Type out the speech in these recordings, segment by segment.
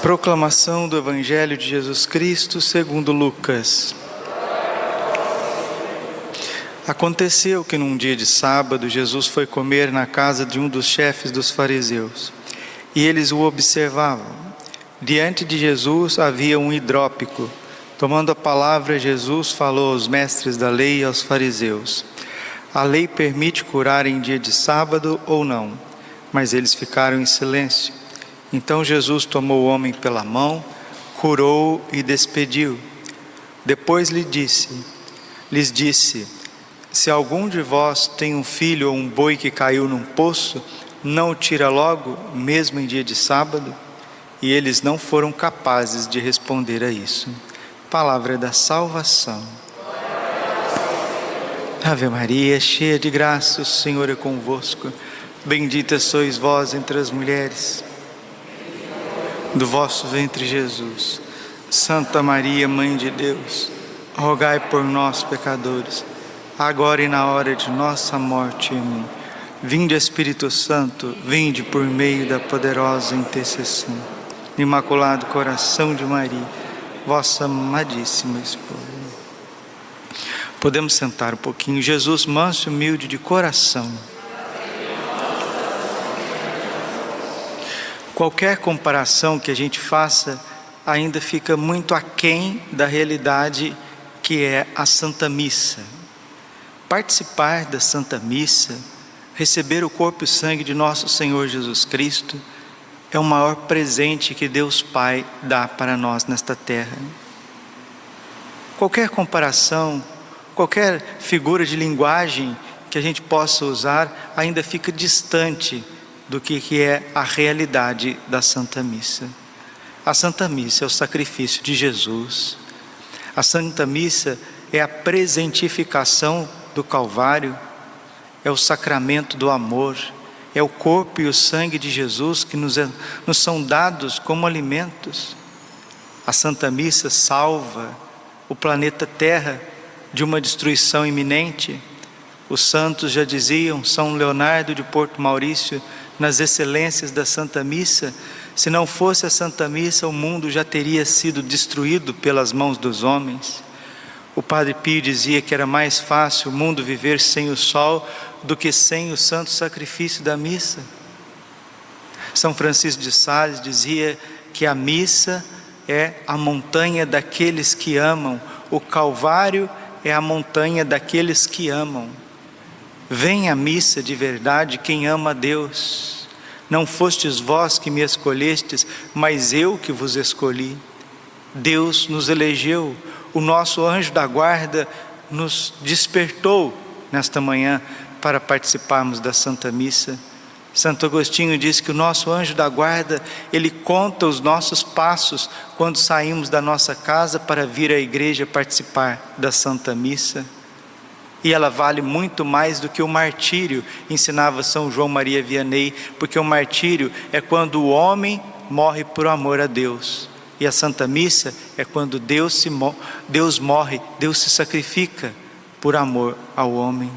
Proclamação do Evangelho de Jesus Cristo segundo Lucas. Aconteceu que num dia de sábado, Jesus foi comer na casa de um dos chefes dos fariseus, e eles o observavam. Diante de Jesus havia um hidrópico. Tomando a palavra, Jesus falou aos mestres da lei e aos fariseus: a lei permite curar em dia de sábado ou não? Mas eles ficaram em silêncio. Então Jesus tomou o homem pela mão, curou-o e despediu. Depois lhes disse: se algum de vós tem um filho ou um boi que caiu num poço, não o tira logo, mesmo em dia de sábado? E eles não foram capazes de responder a isso. Palavra da salvação. Ave Maria, cheia de graça, o Senhor é convosco. Bendita sois vós entre as mulheres, do vosso ventre Jesus. Santa Maria, Mãe de Deus, rogai por nós pecadores, agora e na hora de nossa morte. Amém. Vinde, Espírito Santo, vinde por meio da poderosa intercessão. Imaculado coração de Maria, vossa amadíssima esposa. Podemos sentar um pouquinho. Jesus, manso e humilde de coração. Qualquer comparação que a gente faça ainda fica muito aquém da realidade que é a Santa Missa. Participar da Santa Missa, receber o corpo e sangue de nosso Senhor Jesus Cristo, é o maior presente que Deus Pai dá para nós nesta terra. Qualquer comparação, qualquer figura de linguagem que a gente possa usar ainda fica distante do que é a realidade da Santa Missa. A Santa Missa é o sacrifício de Jesus. A Santa Missa é a presentificação do Calvário, é o sacramento do amor, é o corpo e o sangue de Jesus que nos são dados como alimentos. A Santa Missa salva o planeta Terra de uma destruição iminente. Os santos já diziam, São Leonardo de Porto Maurício, nas excelências da Santa Missa: se não fosse a Santa Missa, o mundo já teria sido destruído pelas mãos dos homens. O Padre Pio dizia que era mais fácil o mundo viver sem o sol do que sem o santo sacrifício da missa. São Francisco de Sales dizia que a missa é a montanha daqueles que amam, o Calvário é a montanha daqueles que amam. Vem à missa de verdade quem ama a Deus. Não fostes vós que me escolhestes, mas eu que vos escolhi. Deus nos elegeu. O nosso anjo da guarda nos despertou nesta manhã para participarmos da Santa Missa. Santo Agostinho diz que o nosso anjo da guarda, ele conta os nossos passos quando saímos da nossa casa para vir à igreja participar da Santa Missa. E ela vale muito mais do que o martírio, ensinava São João Maria Vianney, porque o martírio é quando o homem morre por amor a Deus. E a Santa Missa é quando Deus morre, Deus se sacrifica por amor ao homem.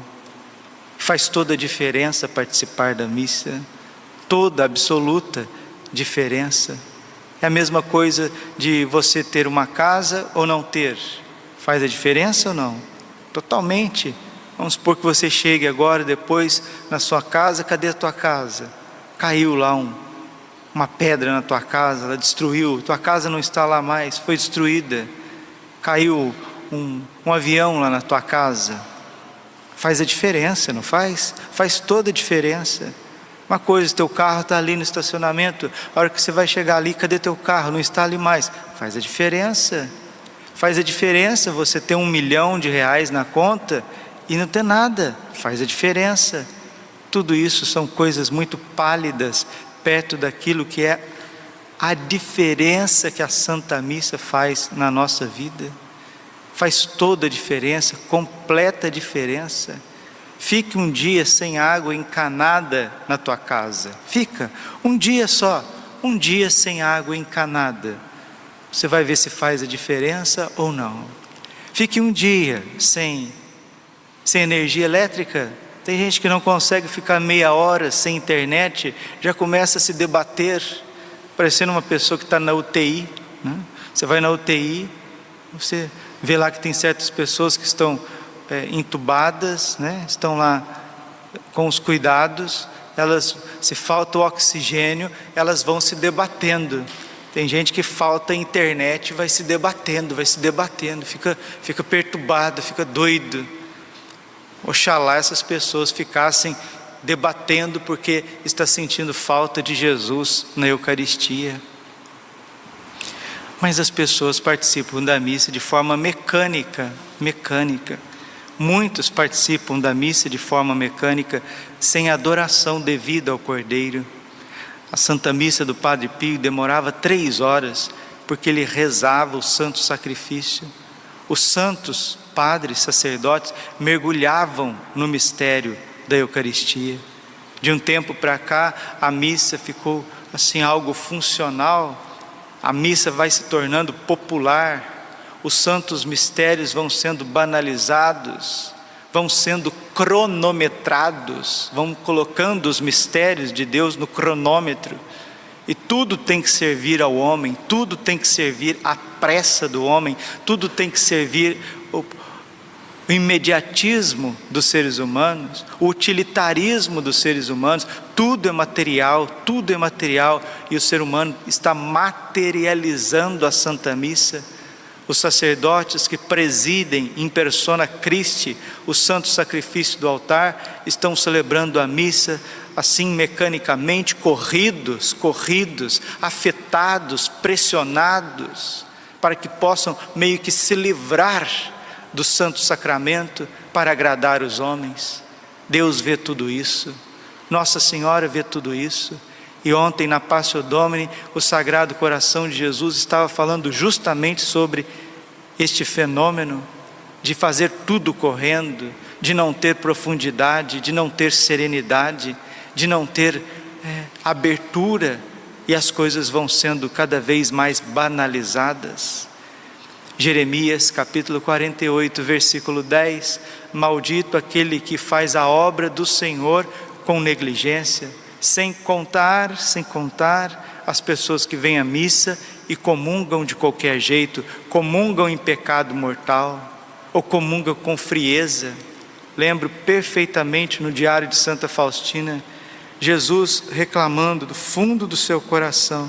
Faz toda a diferença participar da missa, toda absoluta diferença. É a mesma coisa de você ter uma casa ou não ter. Faz a diferença ou não? Totalmente. Vamos supor que você chegue agora, depois na sua casa. Cadê a tua casa? Caiu lá uma pedra na tua casa, ela destruiu, tua casa não está lá mais, foi destruída. Caiu um avião lá na tua casa. Faz a diferença, não faz? Faz toda a diferença. Uma coisa, teu carro está ali no estacionamento, a hora que você vai chegar ali, cadê teu carro? Não está ali mais. Faz a diferença. Faz a diferença você ter R$1 milhão na conta e não ter nada. Faz a diferença. Tudo isso são coisas muito pálidas perto daquilo que é a diferença que a Santa Missa faz na nossa vida. Faz toda a diferença, completa diferença. Fique um dia sem água encanada na tua casa. Fica um dia só, um dia sem água encanada. Você vai ver se faz a diferença ou não. Fique um dia sem energia elétrica. Tem gente que não consegue ficar meia hora sem internet, já começa a se debater. parecendo uma pessoa que está na UTI, né? Você vai na UTI, você vê lá que tem certas pessoas que estão entubadas, né? Estão lá com os cuidados, elas, se falta o oxigênio, elas vão se debatendo. Tem gente que falta internet, vai se debatendo, fica perturbado, fica doido. Oxalá essas pessoas ficassem debatendo porque está sentindo falta de Jesus na Eucaristia. Mas as pessoas participam da missa de forma mecânica. Muitos participam da missa de forma mecânica, sem adoração devida ao Cordeiro. A Santa Missa do Padre Pio demorava 3 horas, porque ele rezava o santo sacrifício. Os santos padres, sacerdotes, mergulhavam no mistério da Eucaristia. De um tempo para cá, a missa ficou assim algo funcional. A missa vai se tornando popular. Os santos mistérios vão sendo banalizados, vão sendo cronometrados, vão colocando os mistérios de Deus no cronômetro. E tudo tem que servir ao homem, tudo tem que servir à pressa do homem, tudo tem que servir o imediatismo dos seres humanos, o utilitarismo dos seres humanos. Tudo é material, e o ser humano está materializando a Santa Missa. Os sacerdotes que presidem em persona Christi o santo sacrifício do altar estão celebrando a missa assim mecanicamente, corridos, afetados, pressionados, para que possam meio que se livrar do santo sacramento para agradar os homens. Deus vê tudo isso, Nossa Senhora vê tudo isso. E ontem na Passio Domini, o Sagrado Coração de Jesus estava falando justamente sobre este fenômeno de fazer tudo correndo, de não ter profundidade, de não ter serenidade, de não ter abertura, e as coisas vão sendo cada vez mais banalizadas. Jeremias capítulo 48, versículo 10: maldito aquele que faz a obra do Senhor com negligência, sem contar as pessoas que vêm à missa e comungam de qualquer jeito, comungam em pecado mortal, ou comungam com frieza. Lembro perfeitamente no diário de Santa Faustina, Jesus reclamando do fundo do seu coração,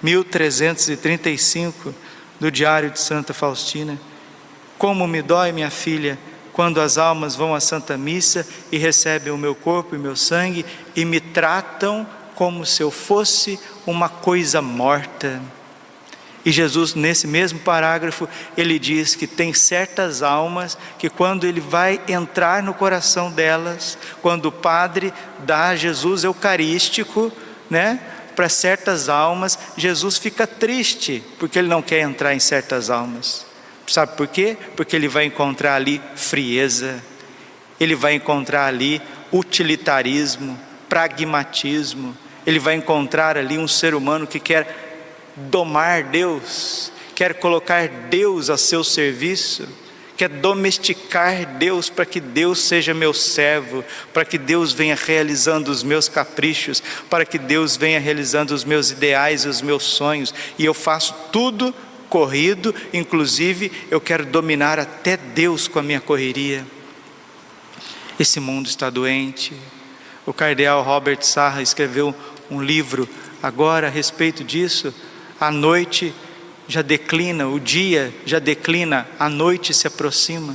1335, do diário de Santa Faustina: como me dói, minha filha, quando as almas vão à Santa Missa e recebem o meu corpo e meu sangue e me tratam como se eu fosse uma coisa morta. E Jesus, nesse mesmo parágrafo, ele diz que tem certas almas que quando ele vai entrar no coração delas, quando o Padre dá Jesus Eucarístico, né, para certas almas, Jesus fica triste, porque ele não quer entrar em certas almas. Sabe por quê? Porque ele vai encontrar ali frieza, ele vai encontrar ali utilitarismo, pragmatismo, ele vai encontrar ali um ser humano que quer domar Deus, quer colocar Deus a seu serviço, quer domesticar Deus para que Deus seja meu servo, para que Deus venha realizando os meus caprichos, para que Deus venha realizando os meus ideais e os meus sonhos, e eu faço tudo corrido, inclusive eu quero dominar até Deus com a minha correria. Esse mundo está doente. O cardeal Robert Sarra escreveu um livro agora a respeito disso. A noite já declina, o dia já declina, a noite se aproxima.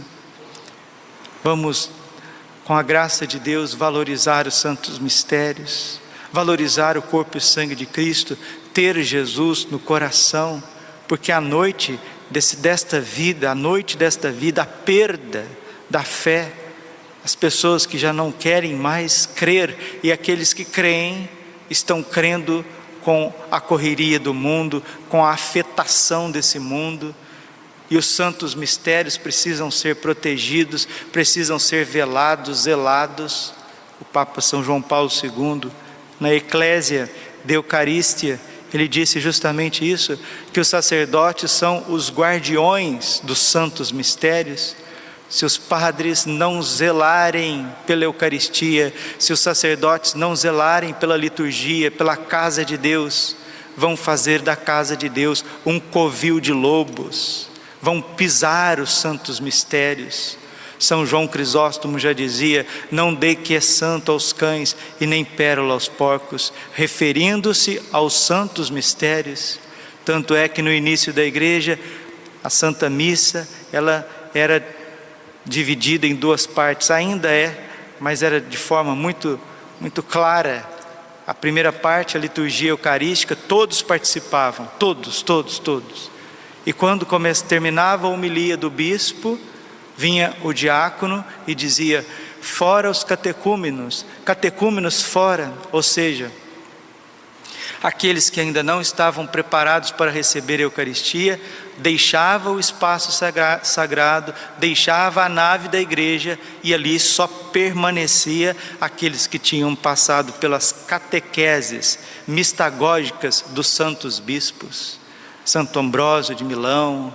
Vamos, com a graça de Deus, valorizar os santos mistérios, valorizar o corpo e o sangue de Cristo, ter Jesus no coração, porque a noite desta vida, a perda da fé, as pessoas que já não querem mais crer, e aqueles que creem, estão crendo com a correria do mundo, com a afetação desse mundo, e os santos mistérios precisam ser protegidos, precisam ser velados, zelados. O Papa São João Paulo II, na Eclésia de Eucarístia, ele disse justamente isso, que os sacerdotes são os guardiões dos santos mistérios. Se os padres não zelarem pela Eucaristia, se os sacerdotes não zelarem pela liturgia, pela casa de Deus, vão fazer da casa de Deus um covil de lobos, vão pisar os santos mistérios. São João Crisóstomo já dizia: não dê que é santo aos cães e nem pérola aos porcos, referindo-se aos santos mistérios. Tanto é que no início da igreja, a Santa Missa, ela era dividida em duas partes, ainda é, mas era de forma muito clara. A primeira parte, a liturgia eucarística, todos participavam, todos. E quando terminava a homilia do bispo, vinha o diácono e dizia: fora os catecúmenos fora, ou seja, aqueles que ainda não estavam preparados para receber a Eucaristia, deixava o espaço sagrado, deixava a nave da igreja, e ali só permanecia aqueles que tinham passado pelas catequeses mistagógicas dos santos bispos, Santo Ambrósio de Milão.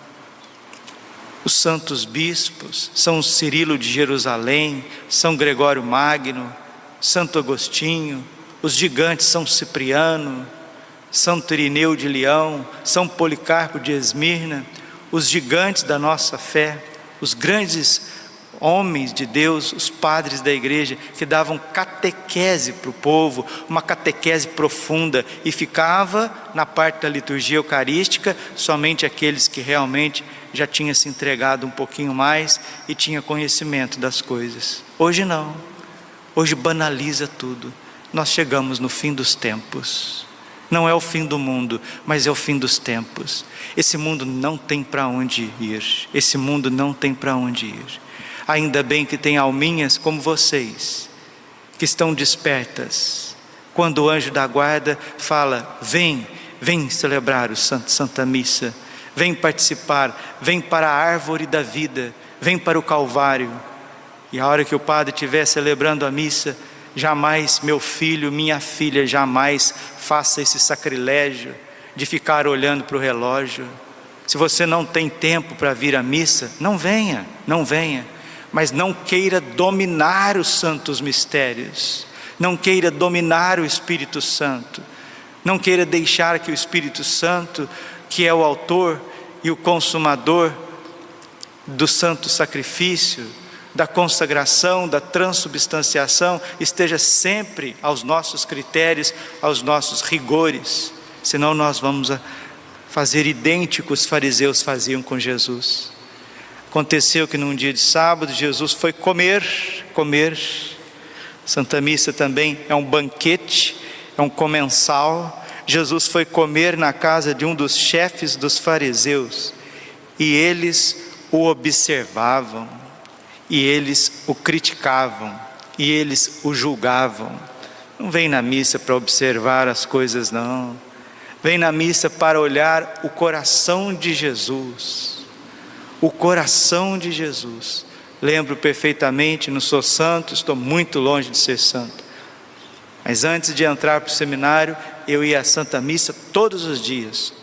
Os santos bispos, São Cirilo de Jerusalém, São Gregório Magno, Santo Agostinho, os gigantes São Cipriano, Santo Irineu de Leão, São Policarpo de Esmirna, os gigantes da nossa fé, os grandes homens de Deus, os padres da igreja, que davam catequese para o povo, uma catequese profunda, e ficava na parte da liturgia eucarística somente aqueles que realmente já tinham se entregado um pouquinho mais e tinha conhecimento das coisas. Hoje não, hoje banaliza tudo. Nós chegamos no fim dos tempos. Não é o fim do mundo, mas é o fim dos tempos. Esse mundo não tem para onde ir. Esse mundo não tem para onde ir. Ainda bem que tem alminhas como vocês, que estão despertas. Quando o anjo da guarda fala: vem celebrar o Santa Missa, vem participar, vem para a árvore da vida, vem para o Calvário. E a hora que o padre estiver celebrando a missa, jamais, meu filho, minha filha, jamais faça esse sacrilégio de ficar olhando para o relógio. Se você não tem tempo para vir à missa, não venha, mas não queira dominar os santos mistérios, não queira dominar o Espírito Santo, não queira deixar que o Espírito Santo, que é o autor e o consumador do santo sacrifício, da consagração, da transubstanciação, esteja sempre aos nossos critérios, aos nossos rigores, senão nós vamos fazer idêntico os fariseus faziam com Jesus. Aconteceu que num dia de sábado, Jesus foi comer. Santa Missa também é um banquete, é um comensal. Jesus foi comer na casa de um dos chefes dos fariseus, e eles o observavam, e eles o criticavam, e eles o julgavam. Não vem na missa para observar as coisas, não. Vem na missa para olhar o coração de Jesus. O coração de Jesus. Lembro perfeitamente, não sou santo, estou muito longe de ser santo. Mas antes de entrar para o seminário, eu ia à Santa Missa todos os dias.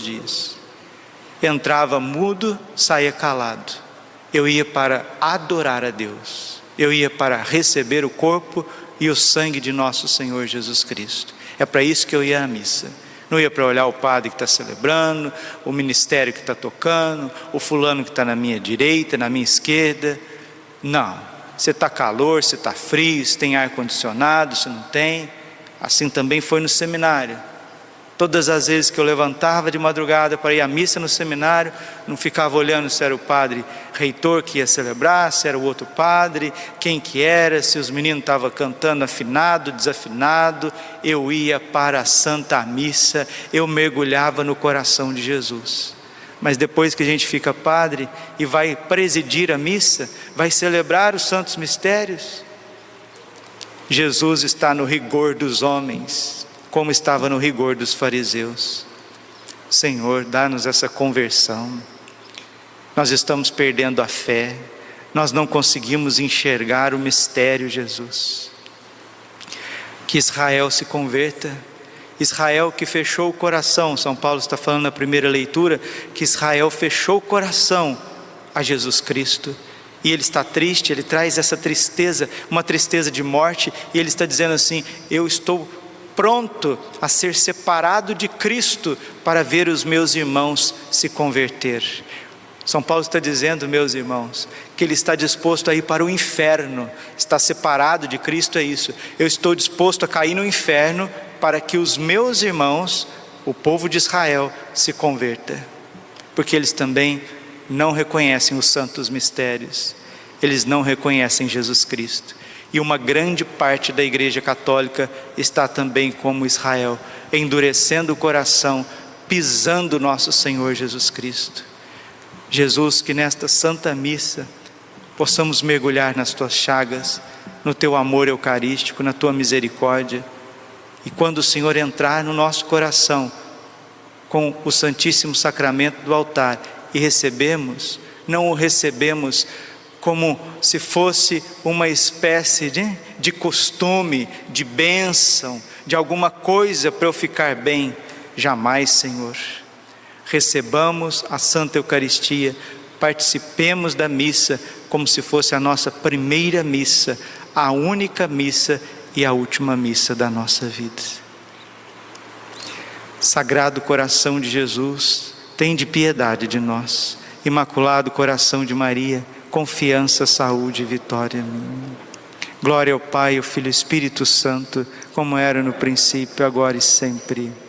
Entrava mudo, saía calado. Eu ia para adorar a Deus. Eu ia para receber o corpo e o sangue de nosso Senhor Jesus Cristo. É para isso que eu ia à missa. Não ia para olhar o padre que está celebrando, o ministério que está tocando, o fulano que está na minha direita, na minha esquerda. Não, se está calor, se está frio, se tem ar-condicionado, se não tem. Assim também foi no seminário. Todas as vezes que eu levantava de madrugada para ir à missa no seminário, não ficava olhando se era o padre reitor que ia celebrar, se era o outro padre, quem que era, se os meninos estavam cantando afinado, desafinado. Eu ia para a Santa Missa, eu mergulhava no coração de Jesus. Mas depois que a gente fica padre e vai presidir a missa, vai celebrar os santos mistérios, Jesus está no rigor dos homens, como estava no rigor dos fariseus. Senhor, dá-nos essa conversão. Nós estamos perdendo a fé, nós não conseguimos enxergar o mistério, Jesus. Que Israel se converta. Israel que fechou o coração, São Paulo está falando na primeira leitura, que Israel fechou o coração a Jesus Cristo, e ele está triste, ele traz essa tristeza, uma tristeza de morte, e ele está dizendo assim: eu estou pronto a ser separado de Cristo para ver os meus irmãos se converter. São Paulo está dizendo, meus irmãos, que ele está disposto a ir para o inferno. Estar separado de Cristo é isso. Eu estou disposto a cair no inferno para que os meus irmãos, o povo de Israel, se converta. Porque eles também não reconhecem os santos mistérios. Eles não reconhecem Jesus Cristo. E uma grande parte da Igreja Católica está também como Israel, endurecendo o coração, pisando nosso Senhor Jesus Cristo. Jesus, que nesta Santa Missa possamos mergulhar nas Tuas chagas, no Teu amor eucarístico, na Tua misericórdia. E quando o Senhor entrar no nosso coração com o Santíssimo Sacramento do altar e recebemos, não o recebemos como se fosse uma espécie de costume, de bênção, de alguma coisa para eu ficar bem. Jamais, Senhor. Recebamos a Santa Eucaristia, participemos da missa como se fosse a nossa primeira missa, a única missa e a última missa da nossa vida. Sagrado coração de Jesus, tende piedade de nós. Imaculado coração de Maria, confiança, saúde e vitória minha. Glória ao Pai, ao Filho e ao Espírito Santo, como era no princípio, agora e sempre.